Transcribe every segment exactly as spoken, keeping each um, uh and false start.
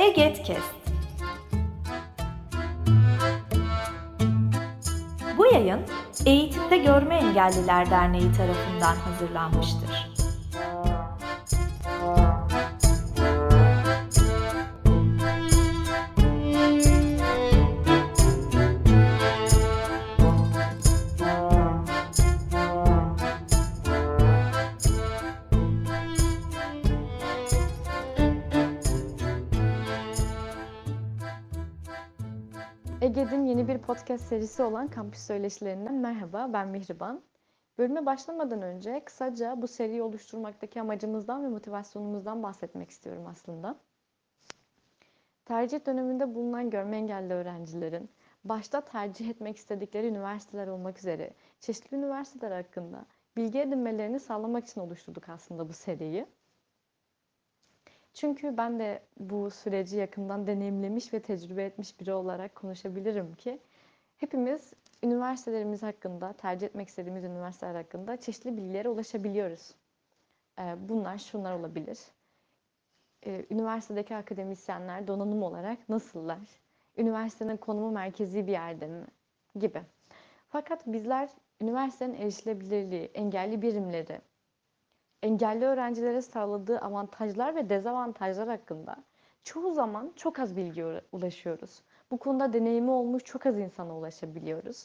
E-Getkest. Bu yayın Eğitimde Görme Engelliler Derneği tarafından hazırlanmıştır. E-Ged'in yeni bir podcast serisi olan Kampüs Söyleşilerinden merhaba, ben Mihriban. Bölüme başlamadan önce kısaca bu seriyi oluşturmaktaki amacımızdan ve motivasyonumuzdan bahsetmek istiyorum aslında. Tercih döneminde bulunan görme engelli öğrencilerin başta tercih etmek istedikleri üniversiteler olmak üzere çeşitli üniversiteler hakkında bilgi edinmelerini sağlamak için oluşturduk aslında bu seriyi. Çünkü ben de bu süreci yakından deneyimlemiş ve tecrübe etmiş biri olarak konuşabilirim ki hepimiz üniversitelerimiz hakkında, tercih etmek istediğimiz üniversiteler hakkında çeşitli bilgilere ulaşabiliyoruz. Bunlar şunlar olabilir. Üniversitedeki akademisyenler donanım olarak nasıllar? Üniversitenin konumu merkezi bir yerde mi? Gibi. Fakat bizler üniversitenin erişilebilirliği, engelli birimleri, engelli öğrencilere sağladığı avantajlar ve dezavantajlar hakkında çoğu zaman çok az bilgiye ulaşıyoruz. Bu konuda deneyimi olmuş çok az insana ulaşabiliyoruz.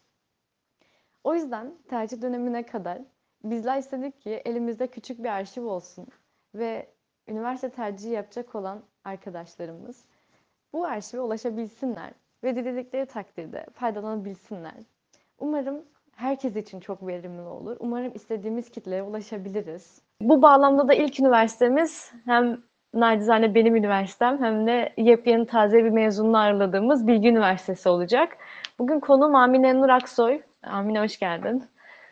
O yüzden tercih dönemine kadar bizler istedik ki elimizde küçük bir arşiv olsun ve üniversite tercihi yapacak olan arkadaşlarımız bu arşive ulaşabilsinler ve diledikleri takdirde faydalanabilsinler. Umarım herkes için çok verimli olur. Umarım istediğimiz kitleye ulaşabiliriz. Bu bağlamda da ilk üniversitemiz hem nacizane benim üniversitem hem de yepyeni taze bir mezununu ağırladığımız Bilgi Üniversitesi olacak. Bugün konuğum Amine Nur Aksoy. Amine hoş geldin.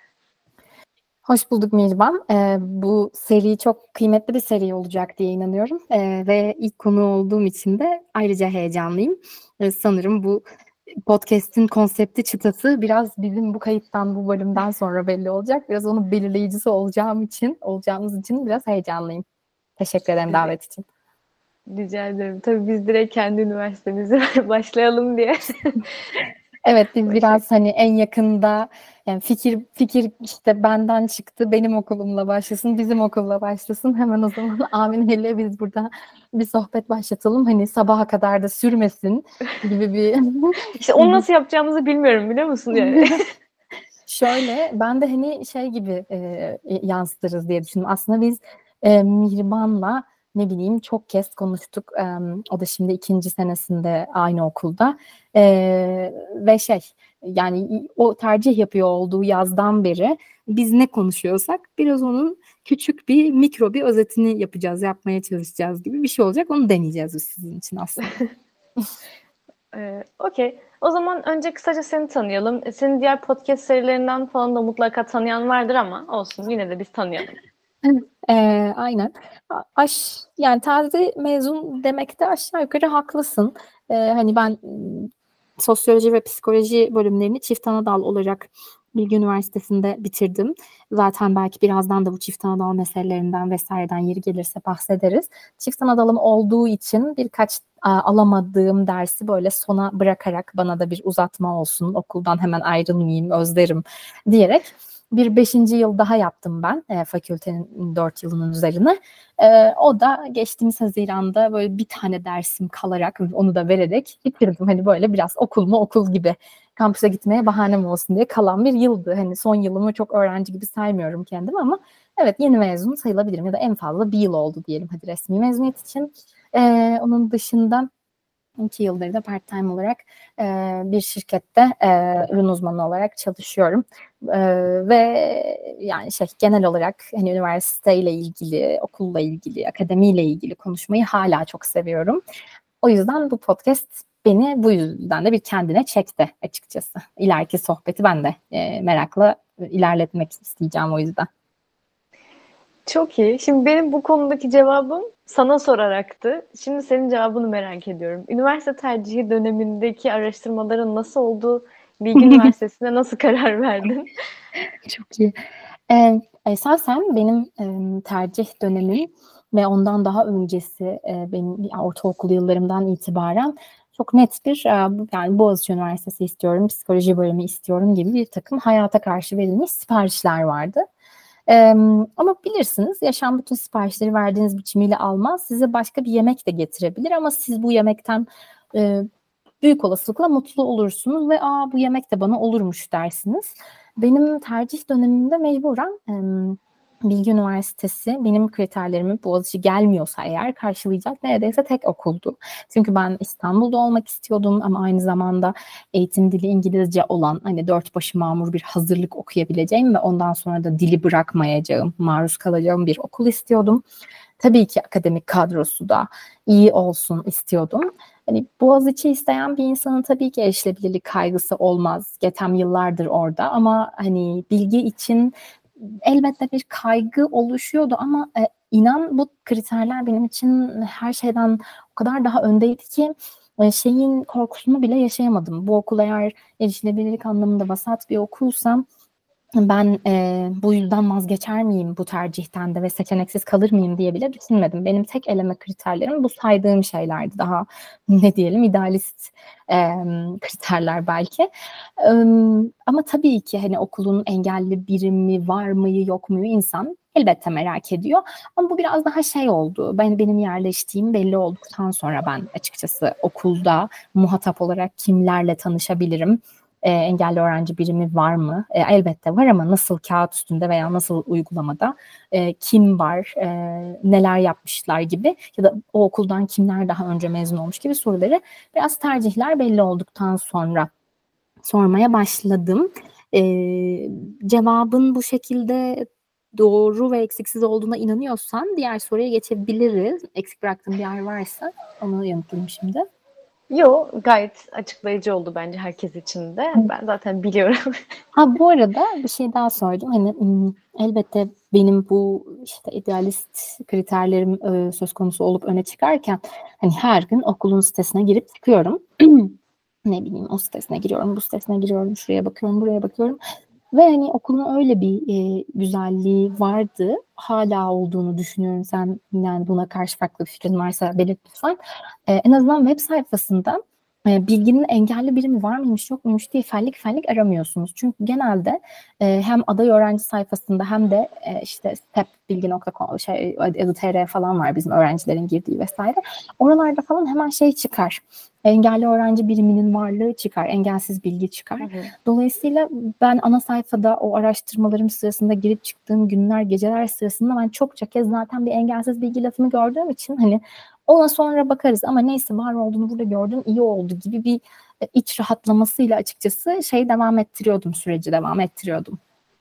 Hoş bulduk Mihriban. Ee, bu seri çok kıymetli bir seri olacak diye inanıyorum. Ee, ve ilk konu olduğum için de ayrıca heyecanlıyım. Ee, sanırım bu podcast'in konsepti çıtası biraz bizim bu kayıttan, bu bölümden sonra belli olacak. Biraz onun belirleyicisi olacağım için, olacağımız için biraz heyecanlıyım. Teşekkür ederim davet için. Rica ederim. Tabii biz direkt kendi üniversitemize başlayalım diye. Evet, biz biraz hani en yakında yani fikir fikir işte benden çıktı, benim okulumla başlasın, bizim okulla başlasın. Hemen o zaman Amine ile biz burada bir sohbet başlatalım. Hani sabaha kadar da sürmesin gibi bir... İşte onu nasıl yapacağımızı bilmiyorum, biliyor musun yani? Şöyle, ben de hani şey gibi e, yansıtırız diye düşündüm. Aslında biz e, Mihriban'la ne bileyim çok kez konuştuk. E, o da şimdi ikinci senesinde aynı okulda. E, ve şey yani o tercih yapıyor olduğu yazdan beri biz ne konuşuyorsak biraz onun küçük bir mikro bir özetini yapacağız, yapmaya çalışacağız gibi bir şey olacak. Onu deneyeceğiz biz sizin için aslında. ee, Okey. O zaman önce kısaca seni tanıyalım. Senin diğer podcast serilerinden falan da mutlaka tanıyan vardır ama olsun, yine de biz tanıyalım. E, aynen. Aş, yani taze mezun demekte aşağı yukarı haklısın. E, hani ben sosyoloji ve psikoloji bölümlerini çift ana dal olarak Bilgi Üniversitesi'nde bitirdim. Zaten belki birazdan da bu çift ana dal meselelerinden vesaireden yeri gelirse bahsederiz. Çift ana dalım olduğu için birkaç a, alamadığım dersi böyle sona bırakarak bana da bir uzatma olsun, okuldan hemen ayrılmayayım, özlerim diyerek bir beşinci yıl daha yaptım ben e, fakültenin dört yılının üzerine. E, o da geçtiğimiz Haziran'da böyle bir tane dersim kalarak onu da vererek bitirdim. Hani böyle biraz okul mu okul gibi kampüse gitmeye bahanem olsun diye kalan bir yıldı. Hani son yılımı çok öğrenci gibi saymıyorum kendimi ama evet yeni mezun sayılabilirim ya da en fazla bir yıl oldu diyelim hadi resmi mezuniyet için. E, onun dışında İki yıldır da part-time olarak e, bir şirkette e, ürün uzmanı olarak çalışıyorum. E, ve yani şey genel olarak hani üniversiteyle ilgili, okulla ilgili, akademiyle ilgili konuşmayı hala çok seviyorum. O yüzden bu podcast beni bu yüzden de bir kendine çekti açıkçası. İleriki sohbeti ben de e, merakla ilerletmek isteyeceğim o yüzden. Çok iyi. Şimdi benim bu konudaki cevabım sana soraraktı. Şimdi senin cevabını merak ediyorum. Üniversite tercihi dönemindeki araştırmaların nasıl oldu? Bilgi Üniversitesi'ne nasıl karar verdin? Çok iyi. Ee, esasen benim e, tercih dönemim ve ondan daha öncesi e, benim yani ortaokul yıllarımdan itibaren çok net bir e, yani Boğaziçi Üniversitesi istiyorum, psikoloji bölümü istiyorum gibi bir takım hayata karşı verilmiş siparişler vardı. Ee, ama bilirsiniz yaşam bütün siparişleri verdiğiniz biçimiyle almaz. Size başka bir yemek de getirebilir ama siz bu yemekten e, büyük olasılıkla mutlu olursunuz ve aa bu yemek de bana olurmuş dersiniz. Benim tercih dönemimde mecburen e, Bilgi Üniversitesi benim kriterlerimi Boğaziçi gelmiyorsa eğer karşılayacak neredeyse tek okuldu. Çünkü ben İstanbul'da olmak istiyordum ama aynı zamanda eğitim dili İngilizce olan hani dört başı mamur bir hazırlık okuyabileceğim ve ondan sonra da dili bırakmayacağım, maruz kalacağım bir okul istiyordum. Tabii ki akademik kadrosu da iyi olsun istiyordum. Hani Boğaziçi isteyen bir insanın tabii ki erişilebilirlik kaygısı olmaz. Getem yıllardır orada ama hani bilgi için elbette bir kaygı oluşuyordu ama e, inan bu kriterler benim için her şeyden o kadar daha öndeydi ki e, şeyin korkusunu bile yaşayamadım. Bu okul eğer erişilebilirlik anlamında vasat bir okulsam ben e, bu yüzden vazgeçer miyim bu tercihten de ve seçeneksiz kalır mıyım diye bile düşünmedim. Benim tek eleme kriterlerim bu saydığım şeylerdi. Daha ne diyelim idealist e, kriterler belki. E, ama tabii ki hani okulun engelli birimi var mı yok mu insan elbette merak ediyor. Ama bu biraz daha şey oldu. Ben benim yerleştiğim belli olduktan sonra ben açıkçası okulda muhatap olarak kimlerle tanışabilirim? E, engelli öğrenci birimi var mı? E, elbette var ama nasıl kağıt üstünde veya nasıl uygulamada e, kim var, e, neler yapmışlar gibi ya da o okuldan kimler daha önce mezun olmuş gibi soruları biraz tercihler belli olduktan sonra sormaya başladım. E, cevabın bu şekilde doğru ve eksiksiz olduğuna inanıyorsan diğer soruya geçebiliriz. Eksik bıraktığım bir yer varsa onu yanıtlayayım şimdi. Yo, gayet açıklayıcı oldu bence herkes için de. Ben zaten biliyorum. Ha bu arada bir şey daha sordum. Hani elbette benim bu işte idealist kriterlerim e, söz konusu olup öne çıkarken hani her gün okulun sitesine girip çıkıyorum. Ne bileyim o sitesine giriyorum, bu sitesine giriyorum, şuraya bakıyorum, buraya bakıyorum. Ve hani okulun öyle bir e, güzelliği vardı. Hala olduğunu düşünüyorum. Sen yani buna karşı farklı bir fikrin varsa belirt lütfen. E, en azından web sayfasında e, bilginin engelli birimi var mıymış yok muymuş diye fellik fellik aramıyorsunuz. Çünkü genelde e, hem aday öğrenci sayfasında hem de e, işte stepbilgi nokta com şey edu nokta tr falan var bizim öğrencilerin girdiği vesaire. Oralarda falan hemen şey çıkar. Engelli öğrenci biriminin varlığı çıkar, engelsiz bilgi çıkar. Hı hı. Dolayısıyla ben ana sayfada o araştırmalarım sırasında girip çıktığım günler, geceler sırasında ben çokça kez zaten bir engelsiz bilgi lafını gördüğüm için hani ona sonra bakarız ama neyse var olduğunu burada gördüm, iyi oldu gibi bir iç rahatlamasıyla açıkçası şey devam ettiriyordum, süreci devam ettiriyordum.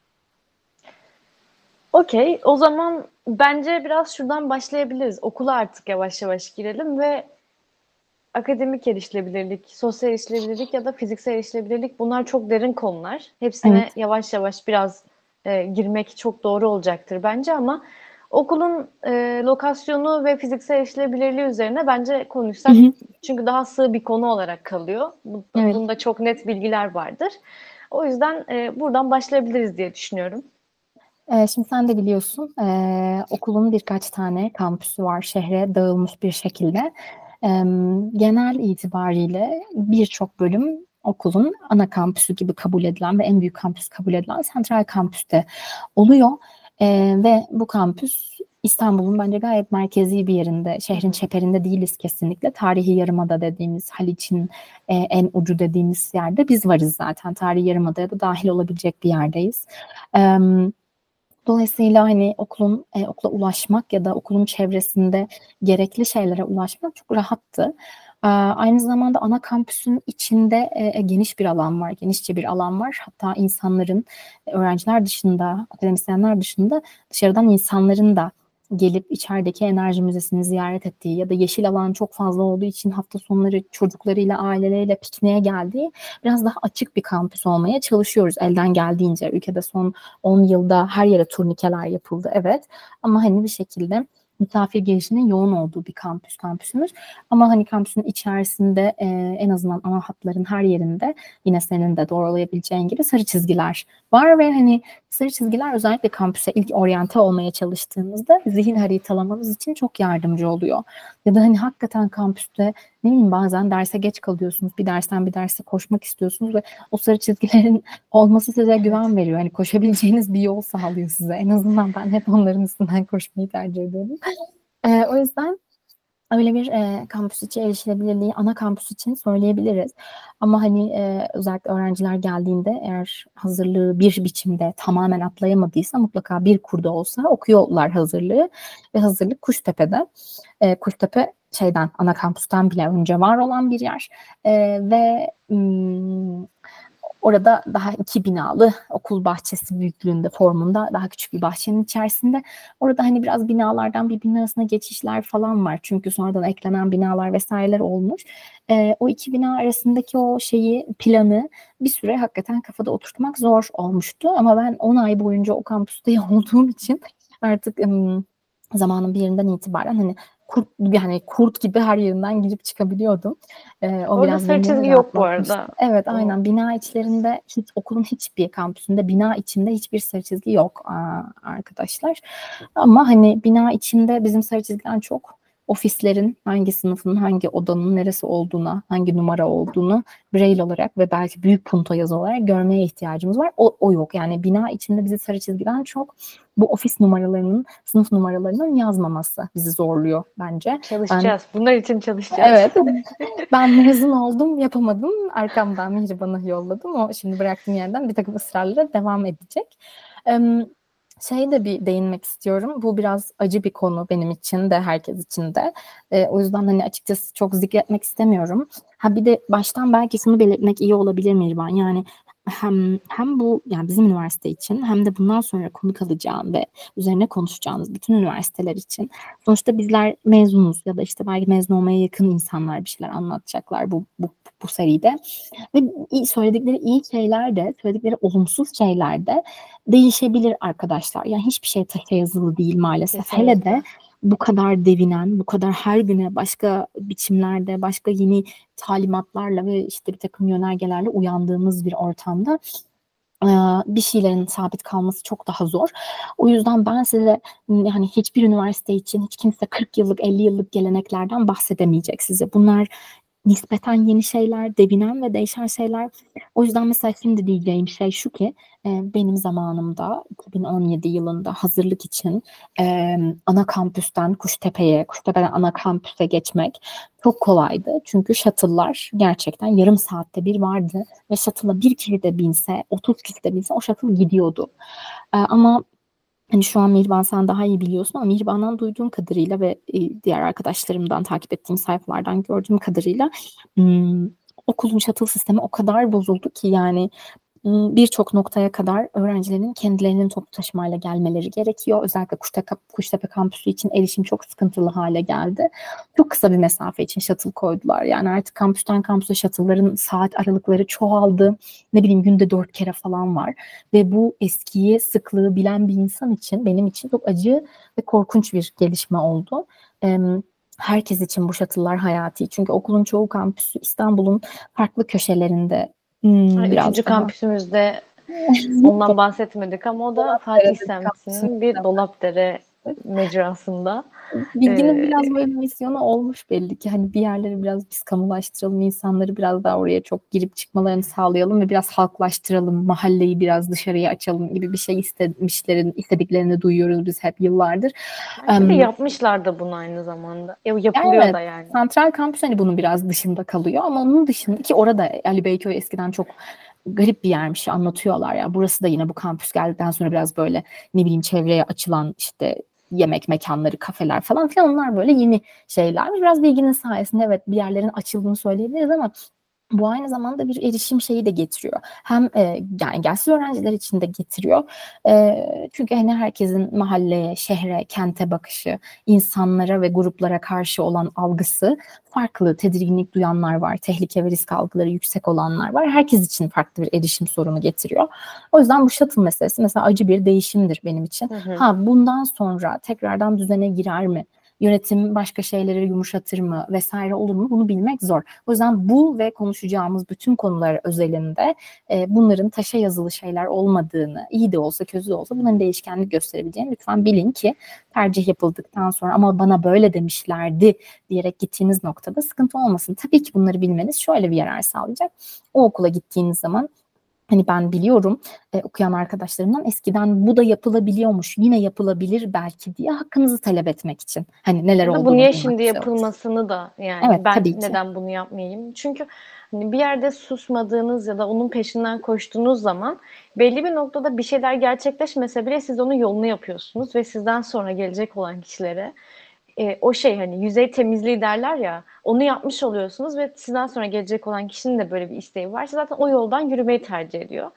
Okey, o zaman bence biraz şuradan başlayabiliriz. Okula artık yavaş yavaş girelim ve akademik erişilebilirlik, sosyal erişilebilirlik ya da fiziksel erişilebilirlik bunlar çok derin konular. Hepsine evet. yavaş yavaş biraz e, girmek çok doğru olacaktır bence ama okulun e, lokasyonu ve fiziksel erişilebilirliği üzerine bence konuşsak. Hı hı. Çünkü daha sığ bir konu olarak kalıyor. Bu, evet. Bunda çok net bilgiler vardır. O yüzden e, buradan başlayabiliriz diye düşünüyorum. Ee, şimdi sen de biliyorsun e, okulun birkaç tane kampüsü var şehre dağılmış bir şekilde. E, genel itibariyle birçok bölüm okulun ana kampüsü gibi kabul edilen ve en büyük kampüs kabul edilen Sentral Kampüs'te oluyor. E, ve bu kampüs İstanbul'un bence gayet merkezi bir yerinde, şehrin çeperinde değiliz kesinlikle. Tarihi Yarımada dediğimiz, Haliç'in e, en ucu dediğimiz yerde biz varız zaten. Tarihi Yarımada'ya da dahil olabilecek bir yerdeyiz. Evet. Dolayısıyla hani okulun e, okula ulaşmak ya da okulun çevresinde gerekli şeylere ulaşmak çok rahattı. Ee, aynı zamanda ana kampüsün içinde e, geniş bir alan var, genişçe bir alan var. Hatta insanların, öğrenciler dışında, akademisyenler dışında dışarıdan insanların da gelip içerideki enerji müzesini ziyaret ettiği ya da yeşil alan çok fazla olduğu için hafta sonları çocuklarıyla, aileleriyle pikniğe geldiği biraz daha açık bir kampüs olmaya çalışıyoruz elden geldiğince. Ülkede son on yılda her yere turnikeler yapıldı evet ama hani bir şekilde misafir gelişinin yoğun olduğu bir kampüs kampüsümüz. Ama hani kampüsün içerisinde e, en azından ana hatların her yerinde yine senin de doğrulayabileceğin gibi sarı çizgiler var ve hani sarı çizgiler özellikle kampüse ilk oryante olmaya çalıştığımızda zihin haritalamamız için çok yardımcı oluyor. Ya da hani hakikaten kampüste ne bileyim bazen derse geç kalıyorsunuz. Bir dersten bir derse koşmak istiyorsunuz ve o sarı çizgilerin olması size güven veriyor. Hani koşabileceğiniz bir yol sağlıyor size. En azından ben hep onların üstünden koşmayı tercih ediyorum. Ee, o yüzden öyle bir e, kampüs içi erişilebilirliği ana kampüs için söyleyebiliriz. Ama hani e, özellikle öğrenciler geldiğinde eğer hazırlığı bir biçimde tamamen atlayamadıysa mutlaka bir kurda olsa okuyorlar hazırlığı. Ve hazırlık Kuştepe'de. E, Kuştepe şeyden ana kampüsten bile önce var olan bir yer. E, ve hmm, orada daha iki binalı okul bahçesi büyüklüğünde formunda daha küçük bir bahçenin içerisinde. Orada hani biraz binalardan birbirinin arasında geçişler falan var. Çünkü sonradan eklenen binalar vesaireler olmuş. Ee, o iki bina arasındaki o şeyi planı bir süre hakikaten kafada oturtmak zor olmuştu. Ama ben on ay boyunca o kampüste olduğum için artık ım, zamanın bir yerinden itibaren hani kurt, yani kurt gibi her yerinden girip çıkabiliyordum. Ee, o Orada biraz sarı beni çizgi yok bu rahatlatmıştı. arada. Evet, O- aynen. Bina içlerinde hiç okulun hiçbir kampüsünde bina içinde hiçbir sarı çizgi yok aa, arkadaşlar. Ama hani bina içinde bizim sarı çizgiden çok ofislerin hangi sınıfın, hangi odanın neresi olduğuna, hangi numara olduğunu birey olarak ve belki büyük punto yazı olarak görmeye ihtiyacımız var. O, o yok. Yani bina içinde bizi sarı çizgiden çok bu ofis numaralarının, sınıf numaralarının yazmaması bizi zorluyor bence. Ben Çalışacağız. Bunlar için çalışacağız. evet ben mezun oldum, yapamadım. Arkamdan Mihriban'ı yolladım. O şimdi bıraktığım yerden bir takım ısrarlara devam edecek. Em, Şey de bir değinmek istiyorum. Bu biraz acı bir konu benim için de herkes için de. E, o yüzden hani açıkçası çok zikretmek istemiyorum. Ha bir de baştan belki şunu belirtmek iyi olabilir Mihriban. Yani hem hem bu yani bizim üniversite için hem de bundan sonra konuk alacağım ve üzerine konuşacağımız bütün üniversiteler için sonuçta bizler mezunuz ya da işte belki mezun olmaya yakın insanlar bir şeyler anlatacaklar bu bu bu seride. Ve iyi, söyledikleri iyi şeyler de, söyledikleri olumsuz şeyler de değişebilir arkadaşlar. Yani hiçbir şey taşa yazılı değil maalesef. Hele de Kesinlikle. bu kadar devinen, bu kadar her güne başka biçimlerde, başka yeni talimatlarla ve işte bir takım yönergelerle uyandığımız bir ortamda e, bir şeylerin sabit kalması çok daha zor. O yüzden ben size yani hiçbir üniversite için hiç kimse kırk yıllık, elli yıllık geleneklerden bahsedemeyecek size. Bunlar nispeten yeni şeyler, devinen ve değişen şeyler. O yüzden mesela şimdi diyeceğim şey şu ki e, benim zamanımda iki bin on yedi yılında hazırlık için e, ana kampüsten Kuştepe'ye, Kuştepe'den ana kampüse geçmek çok kolaydı. Çünkü shuttle'lar gerçekten yarım saatte bir vardı ve shuttle'a bir kişi de binse, otuz kişi de binse o shuttle gidiyordu. E, ama hani şu an Mihriban sen daha iyi biliyorsun ama Mihriban'dan duyduğum kadarıyla ve e, diğer arkadaşlarımdan takip ettiğim sayfalardan gördüğüm kadarıyla hmm, okulun shuttle sistemi o kadar bozuldu ki yani hmm, birçok noktaya kadar öğrencilerin kendilerinin toplu taşımayla gelmeleri gerekiyor. Özellikle Kuştepe, Kuştepe kampüsü için erişim çok sıkıntılı hale geldi. Çok kısa bir mesafe için shuttle koydular. Yani artık kampüsten kampüse shuttle'ların saat aralıkları çoğaldı. Ne bileyim günde dört kere falan var. Ve bu eskiyi, sıklığı bilen bir insan için, benim için çok acı ve korkunç bir gelişme oldu. Ee, Herkes için bu shuttle'lar hayati. Çünkü okulun çoğu kampüsü İstanbul'un farklı köşelerinde hmm, biraz Üçüncü daha kampüsümüzde ondan bahsetmedik ama o da Fatih semtinin bir Dolapdere mecrasında. Bilginin Ee, biraz böyle bir misyonu olmuş belli ki. Hani bir yerleri biraz biz kamulaştıralım, insanları biraz daha oraya çok girip çıkmalarını sağlayalım ve biraz halklaştıralım, mahalleyi biraz dışarıya açalım gibi bir şey istemişlerin, istediklerini duyuyoruz biz hep yıllardır. belki de Um, yapmışlar da bunu aynı zamanda. Ya, Yani yapılıyor evet, da yani. Santral Kampüs hani bunun biraz dışında kalıyor ama onun dışında ki orada Ali Beyköy eskiden çok garip bir yermiş anlatıyorlar ya. Burası da yine bu kampüs geldikten sonra biraz böyle ne bileyim çevreye açılan işte yemek mekanları, kafeler falan filan onlar böyle yeni şeyler. Biraz bilginin sayesinde evet bir yerlerin açıldığını söyleyebiliriz ama Bu aynı zamanda bir erişim şeyi de getiriyor. Hem e, yani engelsiz öğrenciler için de getiriyor. E, çünkü hani herkesin mahalleye, şehre, kente bakışı, insanlara ve gruplara karşı olan algısı farklı. Tedirginlik duyanlar var, tehlike ve risk algıları yüksek olanlar var. Herkes için farklı bir erişim sorunu getiriyor. O yüzden bu shuttle meselesi mesela acı bir değişimdir benim için. Hı hı. Ha bundan sonra tekrardan düzene girer mi? Yönetim başka şeyleri yumuşatır mı vesaire olur mu bunu bilmek zor. O yüzden bu ve konuşacağımız bütün konular özelinde e, bunların taşa yazılı şeyler olmadığını, iyi de olsa kötü de olsa bunların değişkenlik gösterebileceğini lütfen bilin ki tercih yapıldıktan sonra ama bana böyle demişlerdi diyerek gittiğiniz noktada sıkıntı olmasın. Tabii ki bunları bilmeniz şöyle bir yarar sağlayacak. O okula gittiğiniz zaman hani ben biliyorum e, okuyan arkadaşlarımdan eskiden bu da yapılabiliyormuş, yine yapılabilir belki diye hakkınızı talep etmek için. Hani neler Ya da bu olduğunu niye duymak şimdi istiyoruz. yapılmasını da yani Evet, ben tabii ki. neden bunu yapmayayım? Çünkü hani bir yerde susmadığınız ya da onun peşinden koştuğunuz zaman belli bir noktada bir şeyler gerçekleşmese bile siz onun yolunu yapıyorsunuz ve sizden sonra gelecek olan kişilere e, o şey hani yüzey temizliği derler ya onu yapmış oluyorsunuz ve sizden sonra gelecek olan kişinin de böyle bir isteği varsa zaten o yoldan yürümeyi tercih ediyor.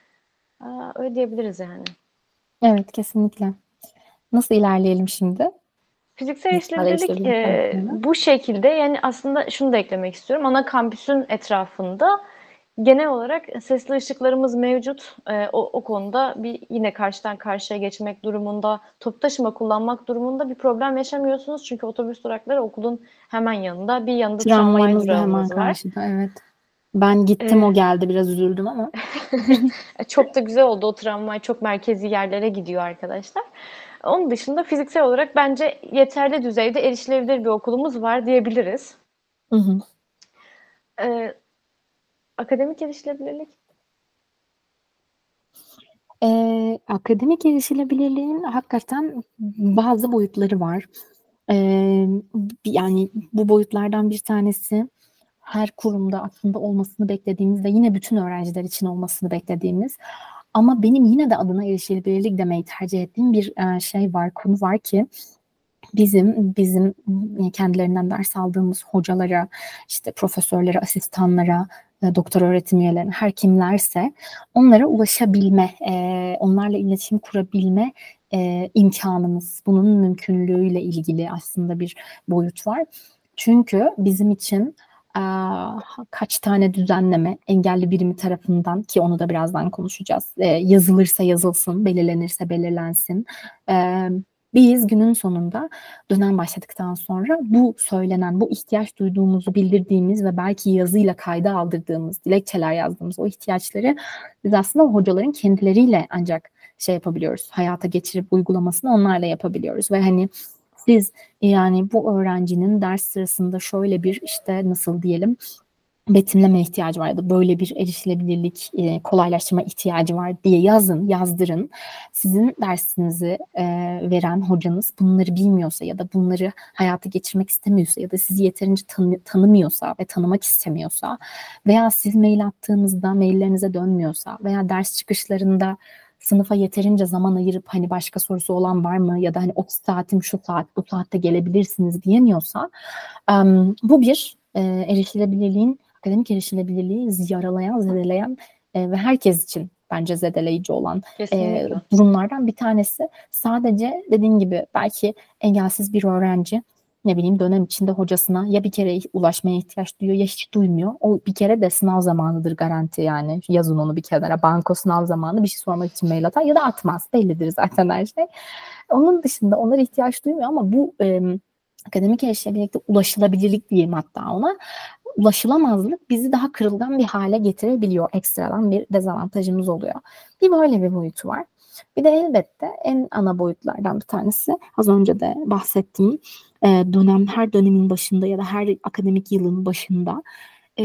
Aa, öyle diyebiliriz yani. Evet, kesinlikle. Nasıl ilerleyelim şimdi? Fiziksel Fiziksel erişilebilirlik erişilebilirlik e, konusunda. bu şekilde yani aslında şunu da eklemek istiyorum. Ana kampüsün etrafında genel olarak sesli ışıklarımız mevcut. E, o, o konuda bir yine karşıdan karşıya geçmek durumunda, toplu taşıma kullanmak durumunda bir problem yaşamıyorsunuz. Çünkü otobüs durakları okulun hemen yanında. Bir yanında tramvay Tramvayımız da hemen durağımız var. karşıda, evet. Ben gittim, o E, geldi, biraz üzüldüm ama. çok da güzel oldu. O tramvay çok merkezi yerlere gidiyor arkadaşlar. Onun dışında fiziksel olarak bence yeterli düzeyde erişilebilir bir okulumuz var diyebiliriz. Hı hı. Ee, akademik erişilebilirlik. Ee, akademik erişilebilirliğin hakikaten bazı boyutları var. Ee, yani bu boyutlardan bir tanesi her kurumda aslında olmasını beklediğimiz ve yine bütün öğrenciler için olmasını beklediğimiz ama benim yine de adına erişilebilirlik demeyi tercih ettiğim bir e, şey var, konu var ki bizim bizim kendilerinden ders aldığımız hocalara, işte profesörlere, asistanlara, e, doktor öğretim üyelerine, her kimlerse onlara ulaşabilme, e, onlarla iletişim kurabilme e, imkanımız, bunun mümkünlüğüyle ilgili aslında bir boyut var. Çünkü bizim için e, kaç tane düzenleme engelli birimi tarafından, ki onu da birazdan konuşacağız, e, yazılırsa yazılsın, belirlenirse belirlensin. E, biz günün sonunda dönem başladıktan sonra bu söylenen, bu ihtiyaç duyduğumuzu bildirdiğimiz ve belki yazıyla kayda aldırdığımız, dilekçeler yazdığımız o ihtiyaçları biz aslında hocaların kendileriyle ancak şey yapabiliyoruz, hayata geçirip uygulamasını onlarla yapabiliyoruz. Ve hani siz yani bu öğrencinin ders sırasında şöyle bir işte nasıl diyelim betimleme ihtiyacı var ya da böyle bir erişilebilirlik e, kolaylaştırma ihtiyacı var diye yazın, yazdırın. Sizin dersinizi e, veren hocanız bunları bilmiyorsa ya da bunları hayata geçirmek istemiyorsa ya da sizi yeterince tanı- tanımıyorsa ve tanımak istemiyorsa veya siz mail attığınızda maillerinize dönmüyorsa veya ders çıkışlarında sınıfa yeterince zaman ayırıp hani başka sorusu olan var mı ya da hani otuz saatim şu saat, bu saatte gelebilirsiniz diyemiyorsa um, bu bir e, erişilebilirliğin akademik erişilebilirliği yaralayan, zedeleyen e, ve herkes için bence zedeleyici olan e, durumlardan bir tanesi. Sadece dediğim gibi belki engelsiz bir öğrenci ne bileyim dönem içinde hocasına ya bir kere ulaşmaya ihtiyaç duyuyor ya hiç duymuyor. O bir kere de sınav zamanıdır garanti yani. Yazın onu bir kenara. Banko sınav zamanı bir şey sormak için mail atar ya da atmaz. Bellidir zaten her şey. Onun dışında onlar ihtiyaç duymuyor ama bu e, akademik erişilebilirlikte ulaşılabilirlik diyeyim hatta ona. Ulaşılamazlık bizi daha kırılgan bir hale getirebiliyor. Ekstradan bir dezavantajımız oluyor. Bir böyle bir boyutu var. Bir de elbette en ana boyutlardan bir tanesi az önce de bahsettiğim e, dönem her dönemin başında ya da her akademik yılın başında e,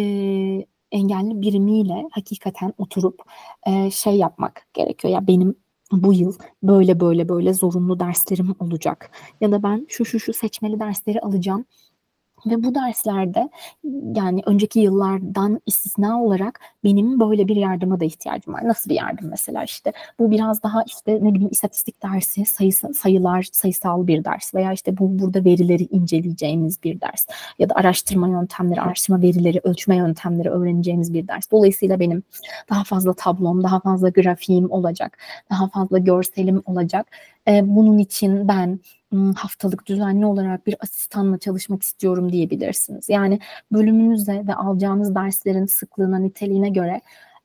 engelli birimiyle hakikaten oturup e, şey yapmak gerekiyor. Ya benim bu yıl böyle böyle böyle zorunlu derslerim olacak ya da ben şu şu şu seçmeli dersleri alacağım Ve bu derslerde yani önceki yıllardan istisna olarak benim böyle bir yardıma da ihtiyacım var. Nasıl bir yardım mesela işte? Bu biraz daha işte ne bileyim istatistik dersi, sayısı, sayılar, sayısal bir ders veya işte bu burada verileri inceleyeceğimiz bir ders ya da araştırma yöntemleri, araştırma verileri, ölçme yöntemleri öğreneceğimiz bir ders. Dolayısıyla benim daha fazla tablom, daha fazla grafiğim olacak, daha fazla görselim olacak. Ee, bunun için ben haftalık düzenli olarak bir asistanla çalışmak istiyorum diyebilirsiniz. Yani bölümünüze ve alacağınız derslerin sıklığına, niteliğine göre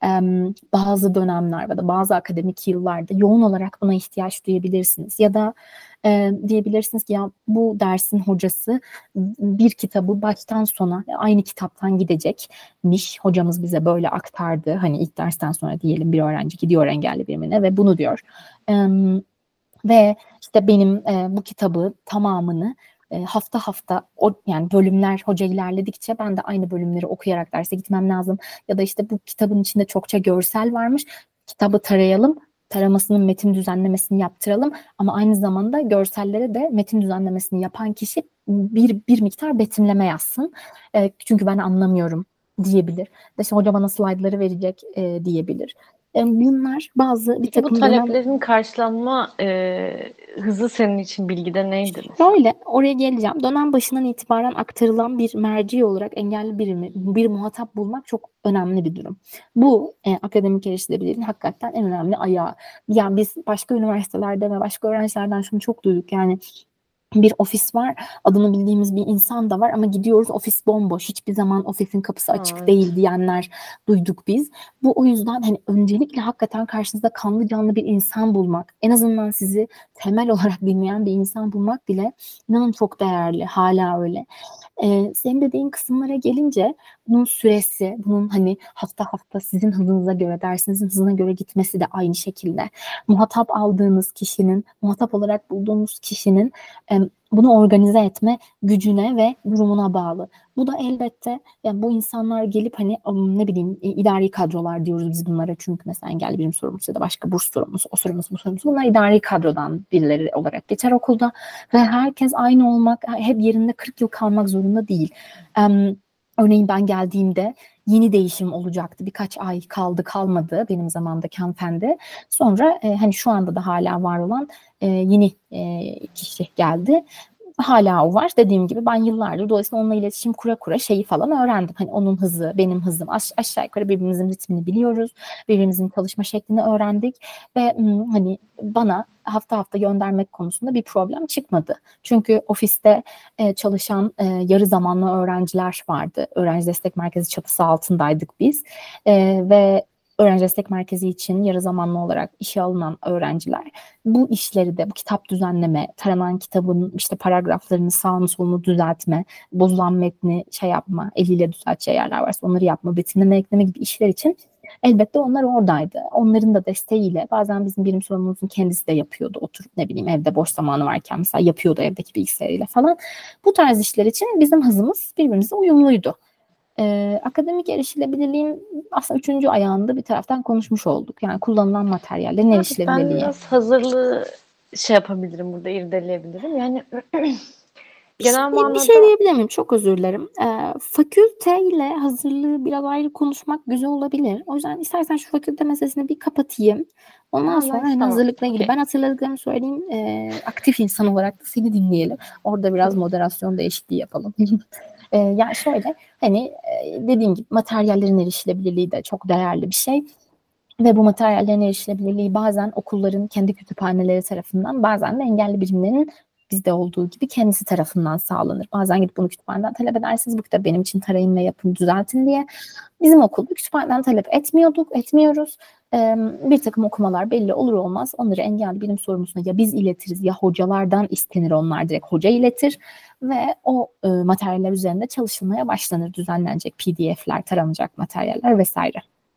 bazı dönemler ya da bazı akademik yıllarda yoğun olarak buna ihtiyaç duyabilirsiniz. Ya da e, diyebilirsiniz ki ya bu dersin hocası bir kitabı baştan sona aynı kitaptan gidecekmiş. Hocamız bize böyle aktardı. Hani ilk dersten sonra diyelim bir öğrenci gidiyor engelli birimine ve bunu diyor. Evet. Ve işte benim e, bu kitabı tamamını e, hafta hafta o yani bölümler hoca ilerledikçe ben de aynı bölümleri okuyarak derse gitmem lazım. Ya da işte bu kitabın içinde çokça görsel varmış. Kitabı tarayalım, taramasının metin düzenlemesini yaptıralım ama aynı zamanda görsellere de metin düzenlemesini yapan kişi bir bir miktar betimleme yazsın. E, çünkü ben anlamıyorum diyebilir. İşte hoca bana slaytları verecek e, diyebilir. Bunlar bazı bir Peki bu takım dönem... taleplerin karşılanma e, hızı senin için bilgide neydi mesela? Şöyle, oraya geleceğim. Dönem başından itibaren aktarılan bir merci olarak engelli birimi, bir muhatap bulmak çok önemli bir durum. Bu e, akademik erişilebilirliğin hakikaten en önemli ayağı. Yani biz başka üniversitelerde ve başka öğrencilerden şunu çok duyduk. Yani bir ofis var, adını bildiğimiz bir insan da var ama gidiyoruz ofis bomboş, hiçbir zaman ofisin kapısı açık Evet. değil diyenler duyduk biz. Bu o yüzden hani öncelikle hakikaten karşınızda kanlı canlı bir insan bulmak, en azından sizi temel olarak dinleyen bir insan bulmak bile inanın çok değerli, hala öyle. Ee, senin dediğin kısımlara gelince bunun süresi, bunun hani hafta hafta sizin hızınıza göre, dersinizin hızına göre gitmesi de aynı şekilde. Muhatap aldığınız kişinin, muhatap olarak bulduğunuz kişinin e, bunu organize etme gücüne ve durumuna bağlı. Bu da elbette yani bu insanlar gelip hani ne bileyim idari kadrolar diyoruz biz bunlara çünkü mesela engelli birim sorumlusu ya da başka burs sorumlusu, o sorumlusu, bu sorumlusu bunlar idari kadrodan birileri olarak geçer okulda ve herkes aynı olmak, hep yerinde kırk yıl kalmak zorunda değil. Um, örneğin ben geldiğimde yeni değişim olacaktı. Birkaç ay kaldı kalmadı benim zamandaki hanımefendi. Sonra e, hani şu anda da hala var olan e, yeni e, kişi geldi. Hala o var. Dediğim gibi ben yıllardır dolayısıyla onunla iletişim kura kura şeyi falan öğrendim. Hani onun hızı, benim hızım aş- aşağı yukarı birbirimizin ritmini biliyoruz. Birbirimizin çalışma şeklini öğrendik ve hmm, hani bana hafta hafta göndermek konusunda bir problem çıkmadı. Çünkü ofiste e, çalışan e, yarı zamanlı öğrenciler vardı. Öğrenci Destek Merkezi çatısı altındaydık biz. E, ve Öğrenci Destek Merkezi için yarı zamanlı olarak işe alınan öğrenciler bu işleri de bu kitap düzenleme, taranan kitabın işte paragraflarını sağını solunu düzeltme, bozulan metni şey yapma, eliyle düzelteceği yerler varsa onları yapma, betimleme, ekleme gibi işler için elbette onlar oradaydı. Onların da desteğiyle bazen bizim birim sorumlumuzun kendisi de yapıyordu. Oturup ne bileyim evde boş zamanı varken mesela yapıyordu evdeki bilgisayarıyla falan. Bu tarz işler için bizim hızımız birbirimize uyumluydu. Ee, akademik erişilebilirliğin aslında üçüncü ayağında bir taraftan konuşmuş olduk. Yani kullanılan materyallerin Ben erişilebilirliği. biraz hazırlığı şey yapabilirim burada, irdeleyebilirim. Yani Bir şey, genel bir şey manada diyebilir miyim? Çok özür dilerim. Ee, fakülteyle hazırlığı biraz ayrı konuşmak güzel olabilir. O yüzden istersen şu fakülte meselesini bir kapatayım. Ondan Ha, sonra nice, hani tamam. hazırlıkla ilgili Okey. ben hatırladıklarımı söyleyeyim. Ee, aktif insan olarak da seni dinleyelim. Orada biraz moderasyon değişikliği yapalım. ee, yani şöyle hani e, dediğim gibi materyallerin erişilebilirliği de çok değerli bir şey. Ve bu materyallerin erişilebilirliği bazen okulların kendi kütüphaneleri tarafından, bazen de engelli birimlerin bizde olduğu gibi kendisi tarafından sağlanır. Bazen gidip bunu kütüphaneden talep edersiniz. Bu kitabı benim için tarayın ve yapın, düzeltin diye. Bizim okulda kütüphaneden talep etmiyorduk, etmiyoruz. Ee, bir takım okumalar belli olur olmaz onları engelli birim sorumlusuna ya biz iletiriz ya hocalardan istenir, onlar direkt hoca iletir ve o e, materyaller üzerinde çalışılmaya başlanır. Düzenlenecek P D F'ler, taranacak materyaller vesaire.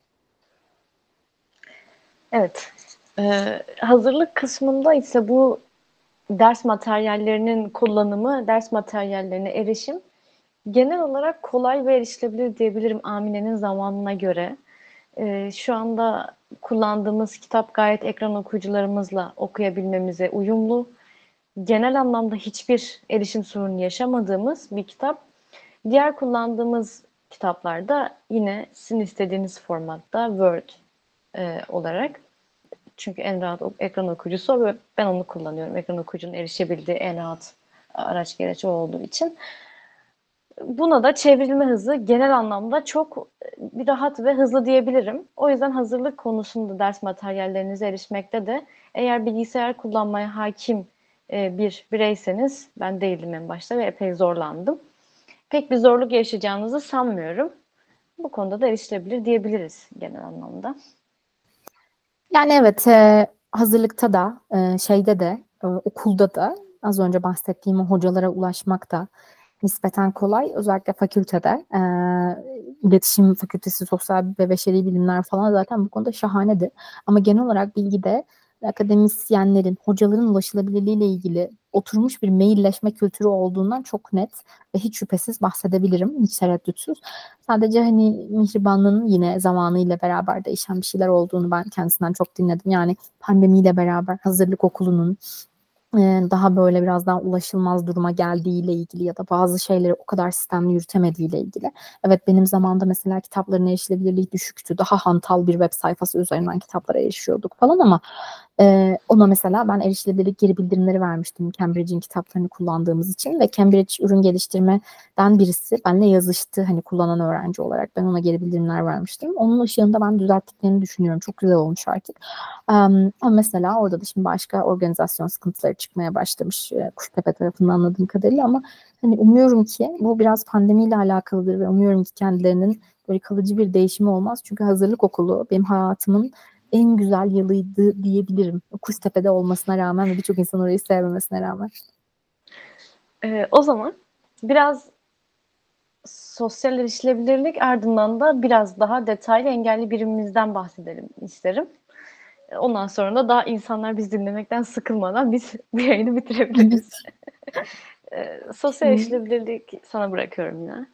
Evet. Ee, hazırlık kısmında ise bu ders materyallerinin kullanımı, ders materyallerine erişim genel olarak kolay ve erişilebilir diyebilirim Amine'nin zamanına göre. Ee, şu anda kullandığımız kitap gayet ekran okuyucularımızla okuyabilmemize uyumlu. Genel anlamda hiçbir erişim sorunu yaşamadığımız bir kitap. Diğer kullandığımız kitaplarda yine sizin istediğiniz formatta Word e, olarak. Çünkü en rahat ekran okuyucusu o ve ben onu kullanıyorum. Ekran okuyucunun erişebildiği en rahat araç gereç o olduğu için. Buna da çevrilme hızı genel anlamda çok bir rahat ve hızlı diyebilirim. O yüzden hazırlık konusunda ders materyallerinize erişmekte de eğer bilgisayar kullanmaya hakim bir bireyseniz, ben değildim en başta ve epey zorlandım. Pek bir zorluk yaşayacağınızı sanmıyorum. Bu konuda da erişilebilir diyebiliriz genel anlamda. Yani evet, e, hazırlıkta da e, şeyde de e, okulda da az önce bahsettiğim o hocalara ulaşmak da nispeten kolay. Özellikle fakültede e, iletişim fakültesi, sosyal ve beşeri bilimler falan zaten bu konuda şahanedir. Ama genel olarak bilgide akademisyenlerin, hocaların ulaşılabilirliğiyle ilgili oturmuş bir mailleşme kültürü olduğundan çok net ve hiç şüphesiz bahsedebilirim. Hiç tereddütsüz. Sadece hani Mihribanlı'nın yine zamanıyla beraber değişen bir şeyler olduğunu ben kendisinden çok dinledim. Yani pandemiyle beraber hazırlık okulunun daha böyle biraz daha ulaşılmaz duruma geldiğiyle ilgili ya da bazı şeyleri o kadar sistemli yürütemediğiyle ilgili. Evet, benim zamanımda mesela kitapların erişilebilirliği düşüktü. Daha hantal bir web sayfası üzerinden kitaplara erişiyorduk falan ama e, ona mesela ben erişilebilirlik geri bildirimleri vermiştim Cambridge'in kitaplarını kullandığımız için ve Cambridge ürün geliştirmeden birisi benimle yazıştı hani kullanan öğrenci olarak. Ben ona geri bildirimler vermiştim. Onun ışığında ben düzelttiklerini düşünüyorum. Çok güzel olmuş artık. Um, ama mesela orada da şimdi başka organizasyon sıkıntıları çıkmaya başlamış e, Kuştepe tarafından anladığım kadarıyla ama hani umuyorum ki bu biraz pandemiyle alakalıdır ve umuyorum ki kendilerinin böyle kalıcı bir değişimi olmaz. Çünkü hazırlık okulu benim hayatımın en güzel yılıydı diyebilirim. Kuştepe'de olmasına rağmen ve birçok insan orayı sevmemesine rağmen. Ee, o zaman biraz sosyal erişilebilirlik ardından da biraz daha detaylı engelli birimimizden bahsedelim isterim. Ondan sonra da daha insanlar biz dinlemekten sıkılmadan biz bu yayını bitirebiliriz. e, sosyal erişilebilirlik sana bırakıyorum yine.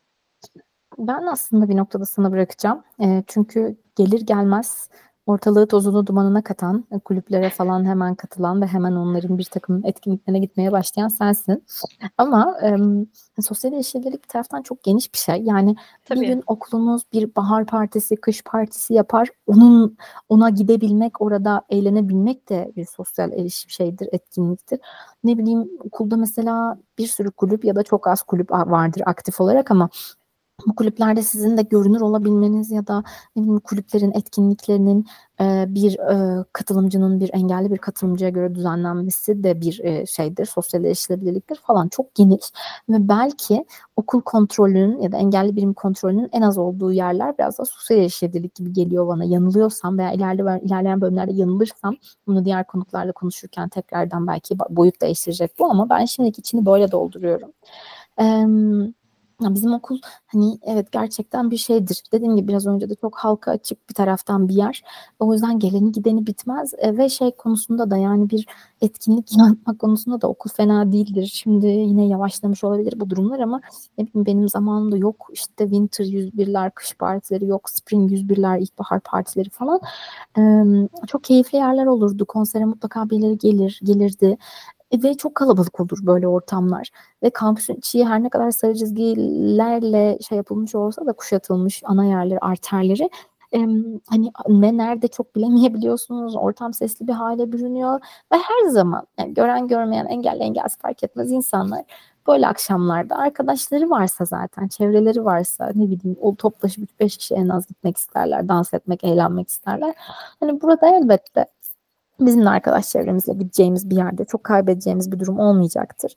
Ben aslında bir noktada sana bırakacağım. E, çünkü gelir gelmez ortalığı tozunu dumanına katan, kulüplere falan hemen katılan ve hemen onların bir takım etkinliklerine gitmeye başlayan sensin. Ama e, sosyal erişilebilirlik bir taraftan çok geniş bir şey. Yani Tabii. bir gün okulunuz bir bahar partisi, kış partisi yapar. Onun ona gidebilmek, orada eğlenebilmek de bir sosyal erişim şeydir, etkinliktir. Ne bileyim okulda mesela bir sürü kulüp ya da çok az kulüp vardır aktif olarak ama bu kulüplerde sizin de görünür olabilmeniz ya da ne bileyim, kulüplerin etkinliklerinin e, bir e, katılımcının bir engelli bir katılımcıya göre düzenlenmesi de bir e, şeydir, sosyal erişilebilirliktir falan, çok geniş ve belki okul kontrolünün ya da engelli birim kontrolünün en az olduğu yerler biraz da sosyal erişilebilirlik gibi geliyor bana. Yanılıyorsam veya ileride, ilerleyen bölümlerde yanılırsam bunu diğer konuklarla konuşurken tekrardan belki boyut değiştirecek bu ama ben şimdiki içini böyle dolduruyorum. Evet. Bizim okul hani evet gerçekten bir şeydir. Dediğim gibi biraz önce de çok halka açık bir taraftan bir yer. O yüzden geleni gideni bitmez e, ve şey konusunda da yani bir etkinlik yapmak konusunda da okul fena değildir. Şimdi yine yavaşlamış olabilir bu durumlar ama ne bileyim, benim zamanımda yok işte winter yüz birler, kış partileri, yok spring yüz birler, ilkbahar partileri falan. Ee, çok keyifli yerler olurdu. Konsere mutlaka birileri gelir, gelirdi. E, ve çok kalabalık olur böyle ortamlar. Ve kampüsün içi her ne kadar sarı çizgilerle şey yapılmış olsa da kuşatılmış ana yerleri, arterleri e, hani ne nerede çok bilemeyebiliyorsunuz. Ortam sesli bir hale bürünüyor ve her zaman yani gören görmeyen, engelli engelsiz fark etmez insanlar böyle akşamlarda arkadaşları varsa, zaten çevreleri varsa, ne bileyim o toplaşıp üç beş kişi en az gitmek isterler, dans etmek, eğlenmek isterler. Hani burada elbette bizim de arkadaş çevremizle gideceğimiz bir yerde çok kaybedeceğimiz bir durum olmayacaktır.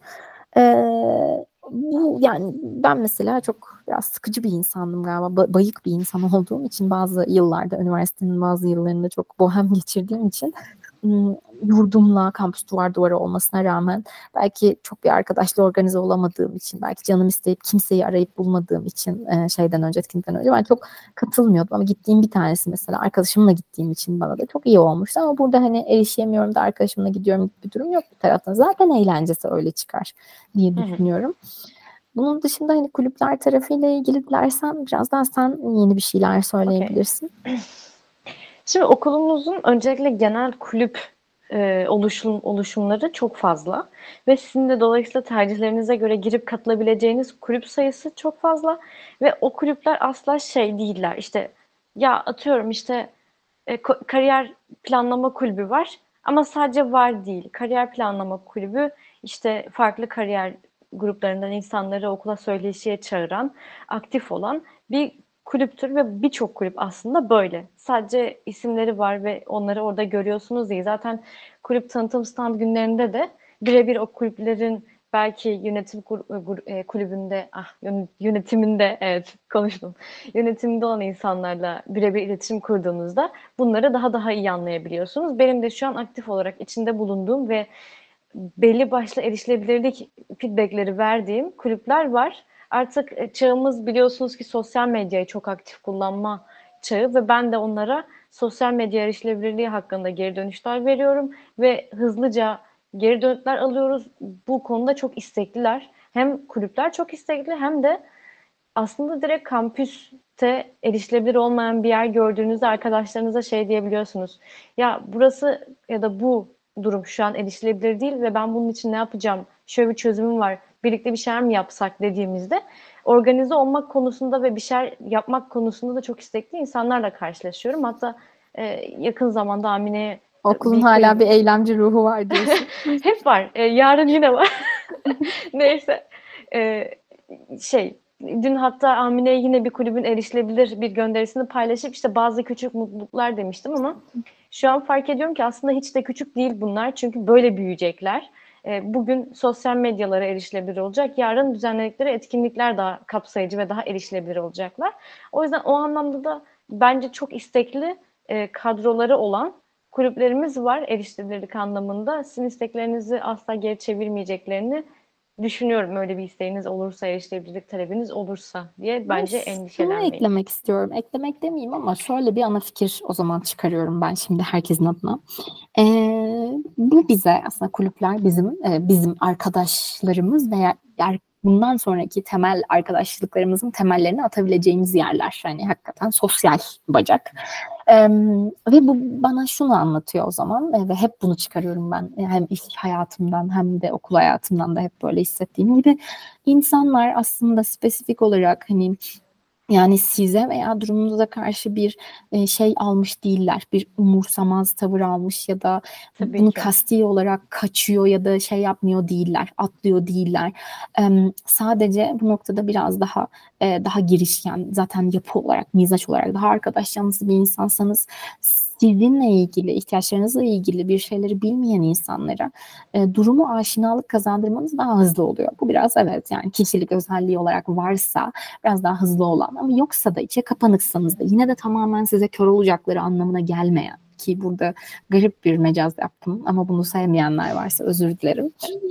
Ee, bu yani ben mesela çok biraz sıkıcı bir insandım galiba. Ba- bayık bir insan olduğum için bazı yıllarda, üniversitenin bazı yıllarında çok bohem geçirdiğim için ım, yurdumla kampüs duvar duvara olmasına rağmen belki çok bir arkadaşla organize olamadığım için, belki canım isteyip kimseyi arayıp bulmadığım için e, şeyden önce, etkinlikten önce ben çok katılmıyordum ama gittiğim bir tanesi mesela arkadaşımla gittiğim için bana da çok iyi olmuştu ama burada hani erişemiyorum da arkadaşımla gidiyorum gibi bir durum yok bir taraftan. Zaten eğlencesi öyle çıkar diye düşünüyorum. Bunun dışında hani kulüpler tarafıyla ilgili dilersen biraz daha sen yeni bir şeyler söyleyebilirsin. Okay. Şimdi okulumuzun öncelikle genel kulüp e, oluşum oluşumları çok fazla ve sizin de dolayısıyla tercihlerinize göre girip katılabileceğiniz kulüp sayısı çok fazla ve o kulüpler asla şey değiller. İşte ya atıyorum işte e, ko- kariyer planlama kulübü var ama sadece var değil. Kariyer planlama kulübü işte farklı kariyer gruplarından insanları okula söyleşiye çağıran, aktif olan bir kulüptür ve birçok kulüp aslında böyle. Sadece isimleri var ve onları orada görüyorsunuz diye. Zaten kulüp tanıtım stand günlerinde de birebir o kulüplerin belki yönetim kulübünde, ah yönetiminde, evet konuştum. Yönetiminde olan insanlarla birebir iletişim kurduğunuzda bunları daha daha iyi anlayabiliyorsunuz. Benim de şu an aktif olarak içinde bulunduğum ve belli başlı erişilebilirlik feedbackleri verdiğim kulüpler var. Artık çağımız biliyorsunuz ki sosyal medyayı çok aktif kullanma çağı ve ben de onlara sosyal medya erişilebilirliği hakkında geri dönüşler veriyorum ve hızlıca geri dönütler alıyoruz. Bu konuda çok istekliler. Hem kulüpler çok istekli hem de aslında direkt kampüste erişilebilir olmayan bir yer gördüğünüzde arkadaşlarınıza şey diyebiliyorsunuz. Ya burası ya da bu durum şu an erişilebilir değil ve ben bunun için ne yapacağım? Şöyle bir çözümüm var. Birlikte bir şeyler mi yapsak dediğimizde organize olmak konusunda ve bir şeyler yapmak konusunda da çok istekli insanlarla karşılaşıyorum. Hatta e, yakın zamanda Amine'ye Okulun bir hala kulübü bir eylemci ruhu var diyorsun. hep var. E, yarın yine var. Neyse. E, şey dün hatta Amine'ye yine bir kulübün erişilebilir bir gönderisini paylaşıp işte bazı küçük mutluluklar demiştim ama şu an fark ediyorum ki aslında hiç de küçük değil bunlar. Çünkü böyle büyüyecekler. E, bugün sosyal medyalara erişilebilir olacak. Yarın düzenledikleri etkinlikler daha kapsayıcı ve daha erişilebilir olacaklar. O yüzden o anlamda da bence çok istekli e, kadroları olan kulüplerimiz var erişilebilirlik anlamında. Sizin isteklerinizi asla geri çevirmeyeceklerini düşünüyorum. Öyle bir isteğiniz olursa, erişilebilirlik talebiniz olursa diye Ben bence şunu endişelenmeyin. eklemek istiyorum. Eklemek demeyeyim ama şöyle bir ana fikir o zaman çıkarıyorum ben şimdi herkesin adına. Ee, bu bize aslında kulüpler bizim e, bizim arkadaşlarımız veya yer- bundan sonraki temel arkadaşlıklarımızın temellerini atabileceğimiz yerler. Yani hakikaten sosyal bacak. Ee, ve bu bana şunu anlatıyor o zaman e, ve hep bunu çıkarıyorum ben. E, hem iş hayatımdan hem de okul hayatımdan da hep böyle hissettiğim gibi insanlar aslında spesifik olarak hani yani size veya durumunuza karşı bir e, şey almış değiller. Bir umursamaz tavır almış ya da Tabii bunu ki. kasti olarak kaçıyor ya da şey yapmıyor değiller, atlıyor değiller. Em, sadece bu noktada biraz daha e, daha girişken, zaten yapı olarak, mizaç olarak daha arkadaş yanlısı bir insansanız sizinle ilgili, ihtiyaçlarınızla ilgili bir şeyleri bilmeyen insanlara e, durumu aşinalık kazandırmanız daha hızlı oluyor. Bu biraz evet yani kişilik özelliği olarak varsa biraz daha hızlı olan ama yoksa da içe kapanıksanız da yine de tamamen size kör olacakları anlamına gelmeyen ki burada garip bir mecaz yaptım ama bunu sevmeyenler varsa özür dilerim.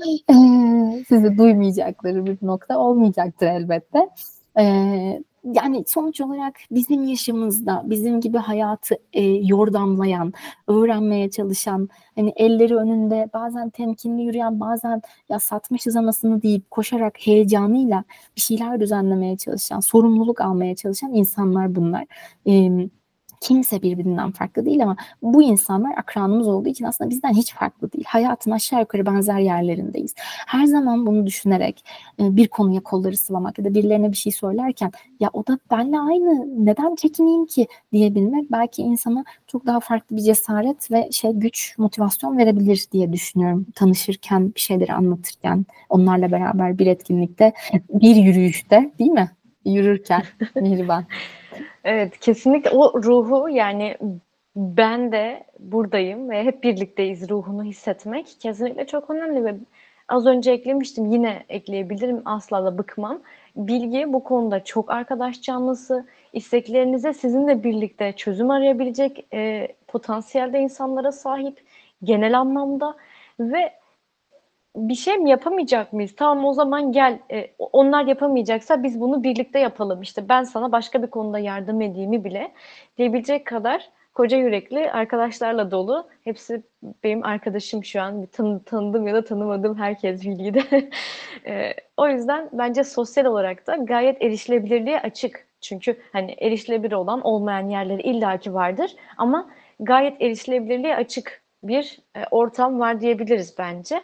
Ee, sizi duymayacakları bir nokta olmayacaktır elbette. Ee, yani sonuç olarak bizim yaşımızda bizim gibi hayatı e, yordamlayan, öğrenmeye çalışan, hani elleri önünde bazen temkinli yürüyen, bazen ya satmışız anasını deyip koşarak heyecanıyla bir şeyler düzenlemeye çalışan, sorumluluk almaya çalışan insanlar bunlar. Ee, kimse birbirinden farklı değil ama bu insanlar akranımız olduğu için aslında bizden hiç farklı değil. Hayatın aşağı yukarı benzer yerlerindeyiz. Her zaman bunu düşünerek e, bir konuya kolları sıvamak ya da birilerine bir şey söylerken ya o da benimle aynı neden çekineyim ki diyebilmek belki insana çok daha farklı bir cesaret ve şey güç, motivasyon verebilir diye düşünüyorum. Tanışırken, bir şeyleri anlatırken, onlarla beraber bir etkinlikte, bir yürüyüşte değil mi? Yürürken Mihriban. Evet, kesinlikle o ruhu yani ben de buradayım ve hep birlikteyiz ruhunu hissetmek kesinlikle çok önemli ve az önce eklemiştim yine ekleyebilirim asla da bıkmam. Bilgi bu konuda çok arkadaş canlısı, isteklerinize sizinle birlikte çözüm arayabilecek e, potansiyelde insanlara sahip genel anlamda ve bir şey mi yapamayacak mıyız? Tamam o zaman gel. E, onlar yapamayacaksa biz bunu birlikte yapalım. İşte ben sana başka bir konuda yardım edeyimi bile diyebilecek kadar koca yürekli arkadaşlarla dolu. Hepsi benim arkadaşım şu an. Tan tanıdığım ya da tanımadığım herkes bilgide. e, o yüzden bence sosyal olarak da gayet erişilebilirliğe açık. Çünkü hani erişilebilir olan olmayan yerleri illaki vardır ama gayet erişilebilirliğe açık bir e, ortam var diyebiliriz bence.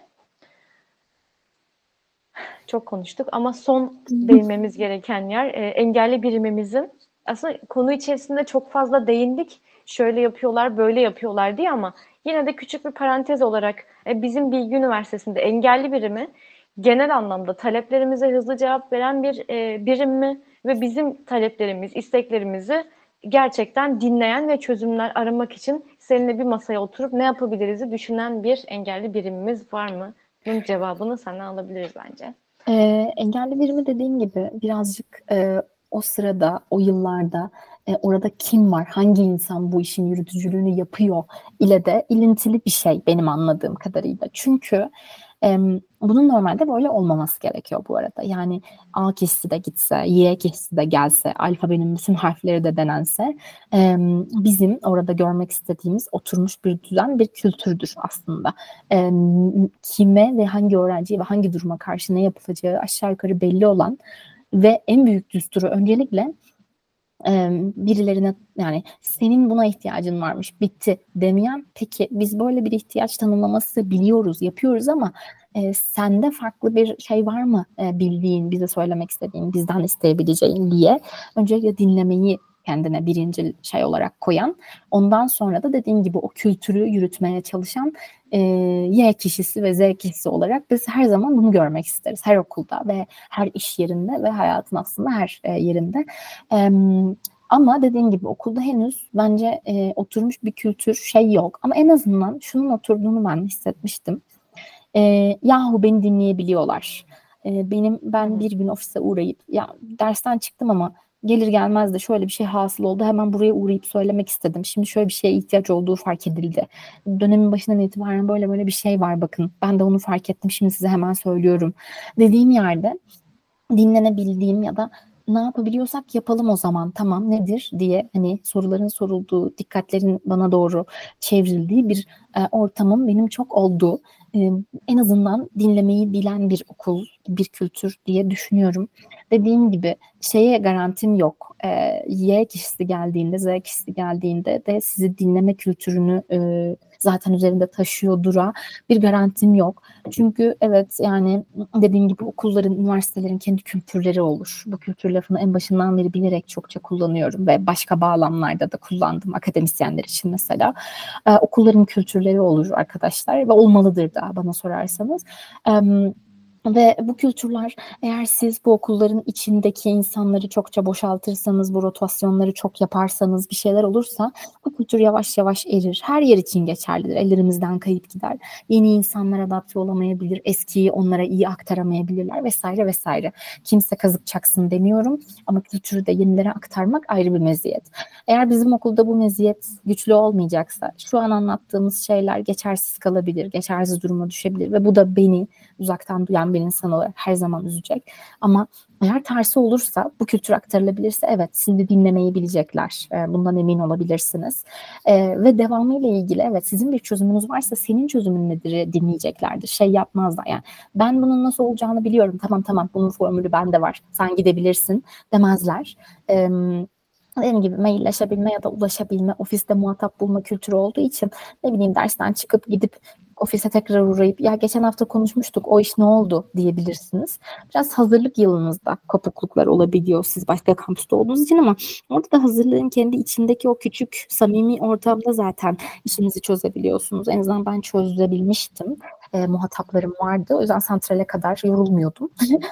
Çok konuştuk ama son değinmemiz gereken yer e, engelli birimimizin, aslında konu içerisinde çok fazla değindik. Şöyle yapıyorlar, böyle yapıyorlar diye, ama yine de küçük bir parantez olarak e, bizim Bilgi Üniversitesi'nde engelli birimi genel anlamda taleplerimize hızlı cevap veren bir e, birim mi ve bizim taleplerimiz, isteklerimizi gerçekten dinleyen ve çözümler aramak için seninle bir masaya oturup ne yapabiliriz'i düşünen bir engelli birimimiz var mı? Bunun cevabını senden alabiliriz bence. E, engelli birimi dediğim gibi birazcık e, o sırada, o yıllarda e, orada kim var, hangi insan bu işin yürütücülüğünü yapıyor ile de ilintili bir şey benim anladığım kadarıyla. Çünkü e, bunun normalde böyle olmaması gerekiyor bu arada. Yani A kişisi de gitse, Y kişisi de gelse, alfabenin bütün harfleri de denense e, bizim orada görmek istediğimiz oturmuş bir düzen, bir kültürdür aslında. E, kime ve hangi öğrenciye ve hangi duruma karşı ne yapılacağı aşağı yukarı belli olan ve en büyük düsturu öncelikle e, birilerine, yani senin buna ihtiyacın varmış, bitti demeyen, peki biz böyle bir ihtiyaç tanımlaması biliyoruz, yapıyoruz ama e, sende farklı bir şey var mı e, bildiğin, bize söylemek istediğin, bizden isteyebileceğin diye öncelikle dinlemeyi kendine birinci şey olarak koyan, ondan sonra da dediğim gibi o kültürü yürütmeye çalışan e, Y kişisi ve Z kişisi olarak biz her zaman bunu görmek isteriz. Her okulda ve her iş yerinde ve hayatın aslında her e, yerinde. E, ama dediğim gibi okulda henüz bence e, oturmuş bir kültür şey yok. Ama en azından şunun oturduğunu ben hissetmiştim. E, yahu beni dinleyebiliyorlar. E, benim ben bir gün ofise uğrayıp ya dersten çıktım ama gelir gelmez de şöyle bir şey hasıl oldu. Hemen buraya uğrayıp söylemek istedim. Şimdi şöyle bir şeye ihtiyaç olduğu fark edildi. Dönemin başından itibaren böyle böyle bir şey var bakın. Ben de onu fark ettim. Şimdi size hemen söylüyorum. Dediğim yerde dinlenebildiğim ya da ne yapabiliyorsak yapalım o zaman, tamam nedir diye hani soruların sorulduğu, dikkatlerin bana doğru çevrildiği bir e, ortamın benim çok olduğu, e, en azından dinlemeyi bilen bir okul, bir kültür diye düşünüyorum. Dediğim gibi şeye garantim yok. E, Y kişisi geldiğinde, Z kişisi geldiğinde de sizi dinleme kültürünü e, zaten üzerinde taşıyordura bir garantim yok. Çünkü evet, yani dediğim gibi okulların, üniversitelerin kendi kültürleri olur. Bu kültür lafını en başından beri bilerek çokça kullanıyorum ve başka bağlamlarda da kullandım akademisyenler için mesela. Ee, okulların kültürleri olur arkadaşlar ve olmalıdır da bana sorarsanız. Ee, Ve bu kültürler, eğer siz bu okulların içindeki insanları çokça boşaltırsanız, bu rotasyonları çok yaparsanız, bir şeyler olursa bu kültür yavaş yavaş erir. Her yer için geçerlidir. Ellerimizden kayıp gider. Yeni insanlar adapte olamayabilir. Eskiyi onlara iyi aktaramayabilirler vesaire vesaire. Kimse kazık çaksın demiyorum ama kültürü de yenilere aktarmak ayrı bir meziyet. Eğer bizim okulda bu meziyet güçlü olmayacaksa şu an anlattığımız şeyler geçersiz kalabilir, geçersiz duruma düşebilir ve bu da beni uzaktan duyan bir insan olarak her zaman üzecek. Ama eğer tersi olursa, bu kültür aktarılabilirse evet, sizi dinlemeyi bilecekler. Bundan emin olabilirsiniz. Ee, ve devamıyla ilgili evet, sizin bir çözümünüz varsa senin çözümün nedir dinleyeceklerdir. Şey yapmazlar yani, ben bunun nasıl olacağını biliyorum, tamam tamam bunun formülü bende var, sen gidebilirsin demezler. Ee, Dediğim gibi mailleşebilme ya da ulaşabilme, ofiste muhatap bulma kültürü olduğu için ne bileyim dersten çıkıp gidip ofise tekrar uğrayıp ya geçen hafta konuşmuştuk o iş ne oldu diyebilirsiniz. Biraz hazırlık yılınızda kopukluklar olabiliyor siz başka kampüste olduğunuz için ama orada da hazırlığın kendi içindeki o küçük samimi ortamda zaten işinizi çözebiliyorsunuz. En azından ben çözebilmiştim. E, muhataplarım vardı. O yüzden santrale kadar yorulmuyordum.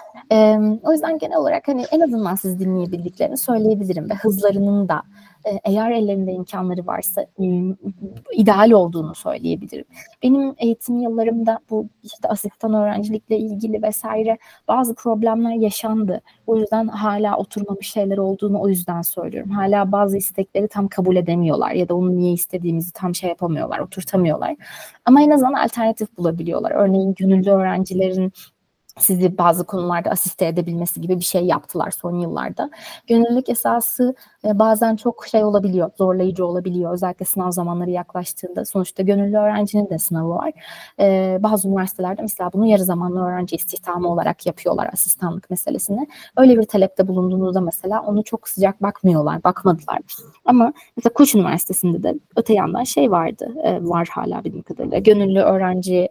e, o yüzden genel olarak hani en azından siz dinleyebildiklerini söyleyebilirim ve hızlarının da e, eğer ellerinde imkanları varsa e, ideal olduğunu söyleyebilirim. Benim eğitim yıllarımda bu işte asistan öğrencilikle ilgili vesaire bazı problemler yaşandı. O yüzden hala oturmamış şeyler olduğunu o yüzden söylüyorum. Hala bazı istekleri tam kabul edemiyorlar ya da onu niye istediğimizi tam şey yapamıyorlar, oturtamıyorlar. Ama en azından alternatif bulabiliyorlar. Örneğin gönüllü öğrencilerin sizi bazı konularda asiste edebilmesi gibi bir şey yaptılar son yıllarda. Gönüllülük esası e, bazen çok şey olabiliyor, zorlayıcı olabiliyor. Özellikle sınav zamanları yaklaştığında. Sonuçta gönüllü öğrencinin de sınavı var. E, bazı üniversitelerde mesela bunu yarı zamanlı öğrenci istihdamı olarak yapıyorlar, asistanlık meselesini. Öyle bir talepte bulunduğunuzda mesela onu çok sıcak bakmıyorlar, bakmadılar. Ama mesela Koç Üniversitesi'nde de öte yandan şey vardı, e, var hala bildiğim kadarıyla. Gönüllü öğrenci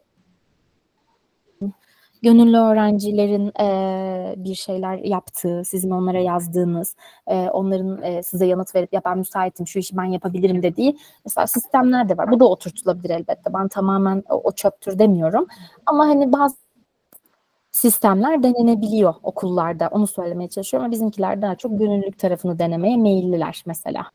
Gönüllü öğrencilerin e, bir şeyler yaptığı, sizin onlara yazdığınız, e, onların e, size yanıt verip ya ben müsaitim, şu işi ben yapabilirim dediği mesela sistemler de var. Bu da oturtulabilir elbette. Ben tamamen o, o çöptür demiyorum. Ama hani bazı sistemler denenebiliyor okullarda. Onu söylemeye çalışıyorum ama bizimkiler daha çok gönüllülük tarafını denemeye meyilliler mesela.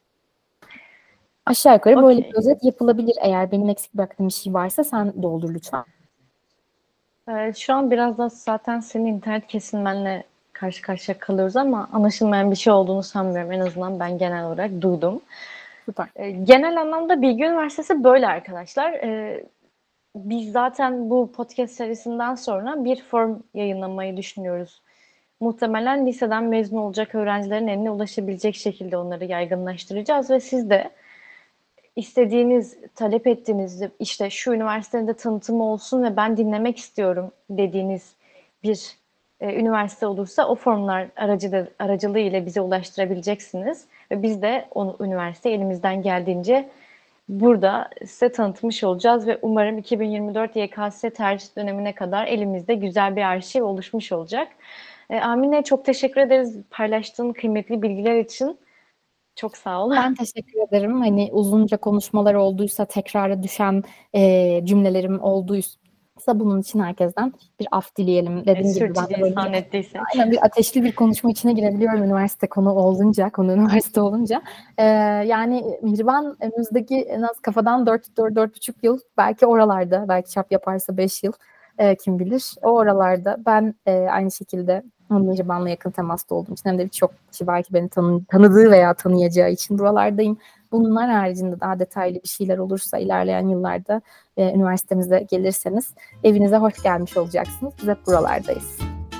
Aşağı yukarı böyle Okey. bir özet yapılabilir. Eğer benim eksik bıraktığım bir şey varsa sen doldur lütfen. Ee, şu an biraz da zaten senin internet kesilmenle karşı karşıya kalıyoruz ama anlaşılmayan bir şey olduğunu sanmıyorum. En azından ben genel olarak duydum. Süper. Ee, genel anlamda Bilgi Üniversitesi böyle arkadaşlar. Ee, biz zaten bu podcast serisinden sonra bir form yayınlamayı düşünüyoruz. Muhtemelen liseden mezun olacak öğrencilerin eline ulaşabilecek şekilde onları yaygınlaştıracağız ve siz de istediğiniz, talep ettiğiniz, işte şu üniversitenin de tanıtımı olsun ve ben dinlemek istiyorum dediğiniz bir e, üniversite olursa o formlar aracı aracılığı ile bize ulaştırabileceksiniz. Ve biz de o üniversite elimizden geldiğince burada size tanıtmış olacağız ve umarım iki bin yirmi dört Y K S tercih dönemine kadar elimizde güzel bir arşiv oluşmuş olacak. E, Amine, çok teşekkür ederiz paylaştığın kıymetli bilgiler için. Çok sağ ol. Ben teşekkür ederim. Hani uzunca konuşmalar olduysa, tekrara düşen e, cümlelerim olduysa bunun için herkesten bir af dileyelim. Dediğim gibi ben de böyle Sürçülisan bir, ettiysek. aynen bir ateşli bir konuşma içine girebiliyorum üniversite konu olunca, konu üniversite olunca. E, yani Mihriban önümüzdeki en az kafadan dört dört buçuk yıl belki oralarda, belki çap yaparsa beş yıl e, kim bilir. O oralarda ben e, aynı şekilde Mihriban'la yakın temasta olduğum için hem de birçok kişi belki beni tanı, tanıdığı veya tanıyacağı için buralardayım. Bunlar haricinde daha detaylı bir şeyler olursa ilerleyen yıllarda e, üniversitemize gelirseniz evinize hoş gelmiş olacaksınız. Biz hep buralardayız.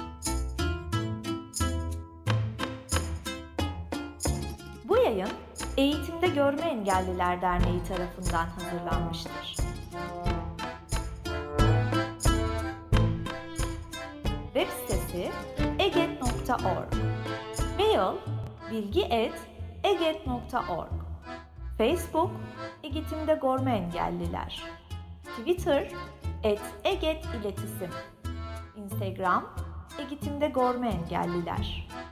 Bu yayın Eğitimde Görme Engelliler Derneği tarafından hazırlanmıştır. Web sitesi eget nokta org, mail bilgi et eget nokta org, Facebook Eğitimde Görme Engelliler, Twitter et eget iletisim, Instagram Eğitimde Görme Engelliler.